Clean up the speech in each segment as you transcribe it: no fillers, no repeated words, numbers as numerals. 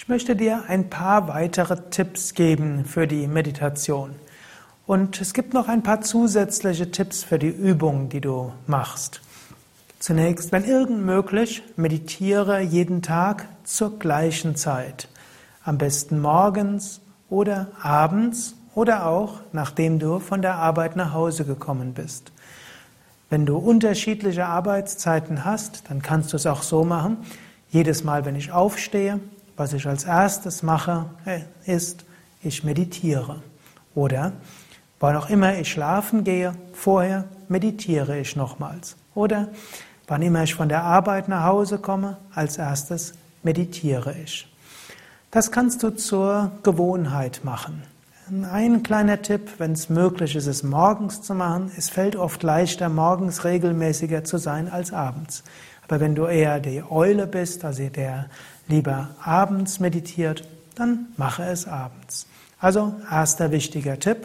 Ich möchte dir ein paar weitere Tipps geben für die Meditation. Und es gibt noch ein paar zusätzliche Tipps für die Übung, die du machst. Zunächst, wenn irgend möglich, meditiere jeden Tag zur gleichen Zeit. Am besten morgens oder abends oder auch nachdem du von der Arbeit nach Hause gekommen bist. Wenn du unterschiedliche Arbeitszeiten hast, dann kannst du es auch so machen. Jedes Mal, wenn ich aufstehe, was ich als erstes mache, ist, ich meditiere. Oder wann auch immer ich schlafen gehe, vorher meditiere ich nochmals. Oder wann immer ich von der Arbeit nach Hause komme, als erstes meditiere ich. Das kannst du zur Gewohnheit machen. Ein kleiner Tipp, wenn es möglich ist, es morgens zu machen. Es fällt oft leichter, morgens regelmäßiger zu sein als abends. Aber wenn du eher die Eule bist, also der lieber abends meditiert, dann mache es abends. Also, erster wichtiger Tipp,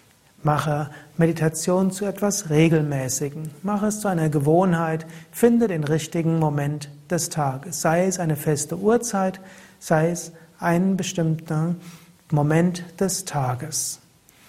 mache Meditation zu etwas Regelmäßigen. Mache es zu einer Gewohnheit, finde den richtigen Moment des Tages. Sei es eine feste Uhrzeit, sei es ein bestimmter Moment des Tages.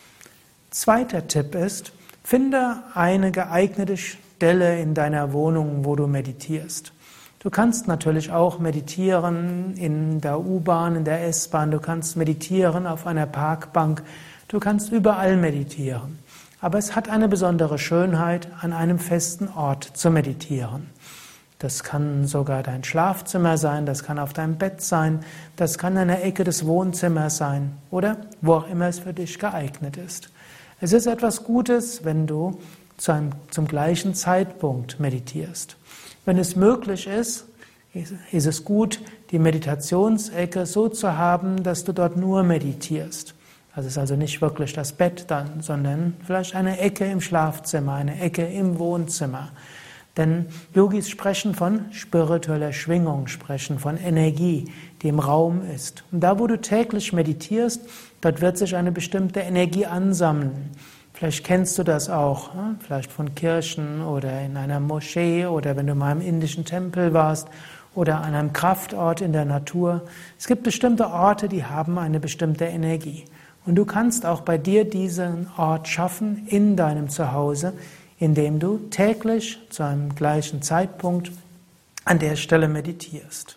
Zweiter Tipp ist, finde eine geeignete Stelle in deiner Wohnung, wo du meditierst. Du kannst natürlich auch meditieren in der U-Bahn, in der S-Bahn, du kannst meditieren auf einer Parkbank, du kannst überall meditieren. Aber es hat eine besondere Schönheit, an einem festen Ort zu meditieren. Das kann sogar dein Schlafzimmer sein, das kann auf deinem Bett sein, das kann in einer Ecke des Wohnzimmers sein oder wo auch immer es für dich geeignet ist. Es ist etwas Gutes, wenn du zum gleichen Zeitpunkt meditierst. Wenn es möglich ist, ist es gut, die Meditationsecke so zu haben, dass du dort nur meditierst. Also es ist also nicht wirklich das Bett dann, sondern vielleicht eine Ecke im Schlafzimmer, eine Ecke im Wohnzimmer. Denn Yogis sprechen von spiritueller Schwingung, sprechen von Energie, die im Raum ist. Und da, wo du täglich meditierst, dort wird sich eine bestimmte Energie ansammeln. Vielleicht kennst du das auch, vielleicht von Kirchen oder in einer Moschee oder wenn du mal im indischen Tempel warst oder an einem Kraftort in der Natur. Es gibt bestimmte Orte, die haben eine bestimmte Energie. Und du kannst auch bei dir diesen Ort schaffen in deinem Zuhause, indem du täglich zu einem gleichen Zeitpunkt an der Stelle meditierst.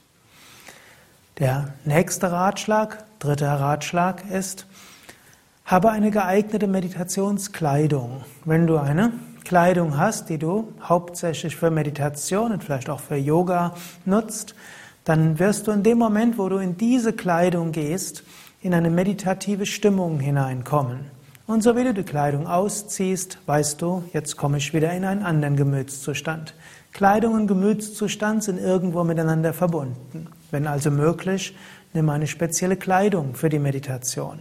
Der nächste Ratschlag, dritter Ratschlag ist, habe eine geeignete Meditationskleidung. Wenn du eine Kleidung hast, die du hauptsächlich für Meditation und vielleicht auch für Yoga nutzt, dann wirst du in dem Moment, wo du in diese Kleidung gehst, in eine meditative Stimmung hineinkommen. Und so wie du die Kleidung ausziehst, weißt du, jetzt komme ich wieder in einen anderen Gemütszustand. Kleidung und Gemütszustand sind irgendwo miteinander verbunden. Wenn also möglich, nimm eine spezielle Kleidung für die Meditation.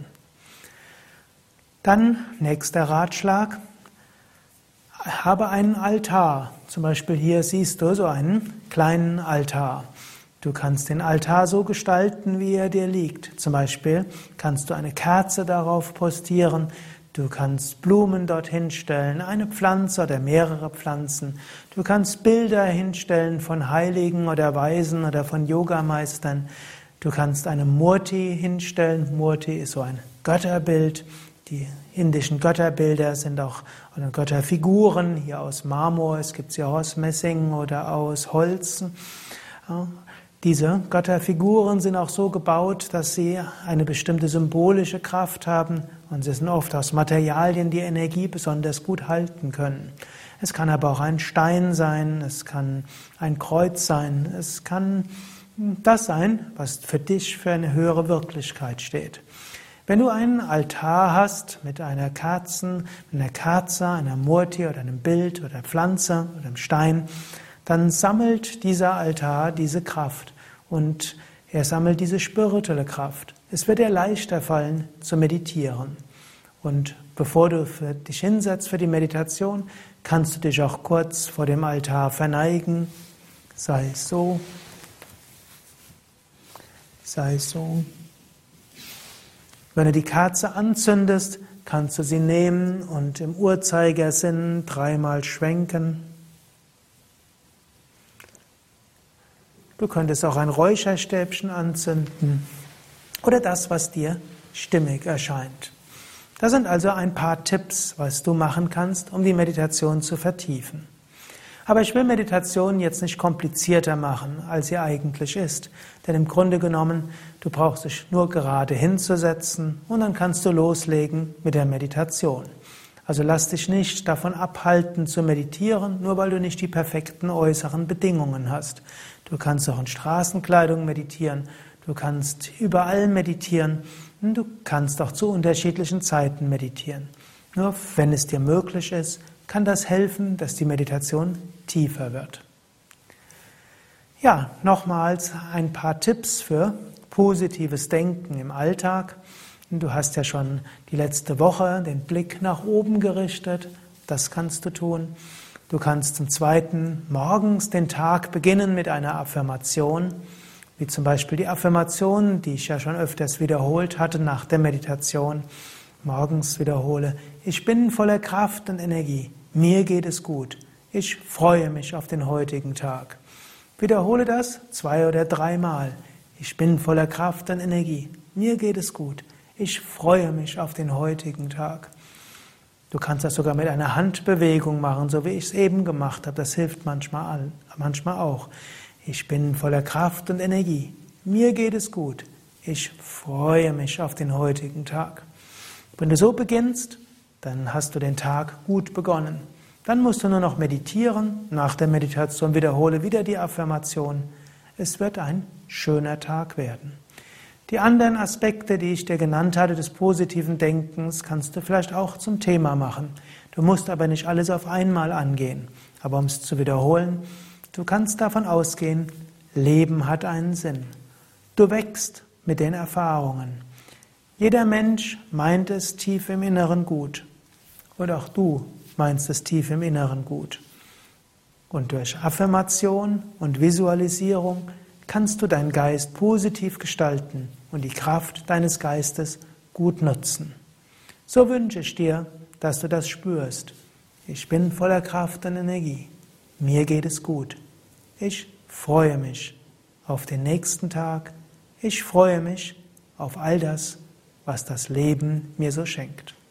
Dann, nächster Ratschlag, habe einen Altar. Zum Beispiel hier siehst du so einen kleinen Altar. Du kannst den Altar so gestalten, wie er dir liegt. Zum Beispiel kannst du eine Kerze darauf postieren, du kannst Blumen dorthin stellen, eine Pflanze oder mehrere Pflanzen. Du kannst Bilder hinstellen von Heiligen oder Weisen oder von Yogameistern. Du kannst eine Murti hinstellen. Murti ist so ein Götterbild. Die indischen Götterbilder sind auch oder Götterfiguren, hier aus Marmor, es gibt sie auch aus Messing oder aus Holz. Diese Götterfiguren sind auch so gebaut, dass sie eine bestimmte symbolische Kraft haben und sie sind oft aus Materialien, die Energie besonders gut halten können. Es kann aber auch ein Stein sein, es kann ein Kreuz sein, es kann das sein, was für dich für eine höhere Wirklichkeit steht. Wenn du einen Altar hast mit einer Kerze, einer Murti oder einem Bild oder Pflanze oder einem Stein, dann sammelt dieser Altar diese Kraft und er sammelt diese spirituelle Kraft. Es wird dir leichter fallen zu meditieren. Und bevor du dich hinsetzt für die Meditation, kannst du dich auch kurz vor dem Altar verneigen. Sei es so, sei es so. Wenn du die Kerze anzündest, kannst du sie nehmen und im Uhrzeigersinn 3-mal schwenken. Du könntest auch ein Räucherstäbchen anzünden. oder das, was dir stimmig erscheint. Das sind also ein paar Tipps, was du machen kannst, um die Meditation zu vertiefen. Aber ich will Meditation jetzt nicht komplizierter machen, als sie eigentlich ist. Denn im Grunde genommen, du brauchst dich nur gerade hinzusetzen und dann kannst du loslegen mit der Meditation. Also lass dich nicht davon abhalten zu meditieren, nur weil du nicht die perfekten äußeren Bedingungen hast. Du kannst auch in Straßenkleidung meditieren, du kannst überall meditieren und du kannst auch zu unterschiedlichen Zeiten meditieren. Nur wenn es dir möglich ist, kann das helfen, dass die Meditation tiefer wird. Ja, nochmals ein paar Tipps für positives Denken im Alltag. Du hast ja schon die letzte Woche den Blick nach oben gerichtet. Das kannst du tun. Du kannst zum Zweiten morgens den Tag beginnen mit einer Affirmation, wie zum Beispiel die Affirmation, die ich ja schon öfters wiederholt hatte nach der Meditation. Morgens wiederhole: Ich bin voller Kraft und Energie. Mir geht es gut. Ich freue mich auf den heutigen Tag. Wiederhole das 2 oder 3 Mal. Ich bin voller Kraft und Energie. Mir geht es gut. Ich freue mich auf den heutigen Tag. Du kannst das sogar mit einer Handbewegung machen, so wie ich es eben gemacht habe. Das hilft manchmal auch. Ich bin voller Kraft und Energie. Mir geht es gut. Ich freue mich auf den heutigen Tag. Wenn du so beginnst, dann hast du den Tag gut begonnen. Dann musst du nur noch meditieren. Nach der Meditation wiederhole wieder die Affirmation. Es wird ein schöner Tag werden. Die anderen Aspekte, die ich dir genannt hatte, des positiven Denkens, kannst du vielleicht auch zum Thema machen. Du musst aber nicht alles auf einmal angehen. Aber um es zu wiederholen, du kannst davon ausgehen, Leben hat einen Sinn. Du wächst mit den Erfahrungen. Jeder Mensch meint es tief im Inneren gut. Und auch du meinst es tief im Inneren gut. Und durch Affirmation und Visualisierung kannst du deinen Geist positiv gestalten und die Kraft deines Geistes gut nutzen. So wünsche ich dir, dass du das spürst. Ich bin voller Kraft und Energie. Mir geht es gut. Ich freue mich auf den nächsten Tag. Ich freue mich auf all das, was das Leben mir so schenkt.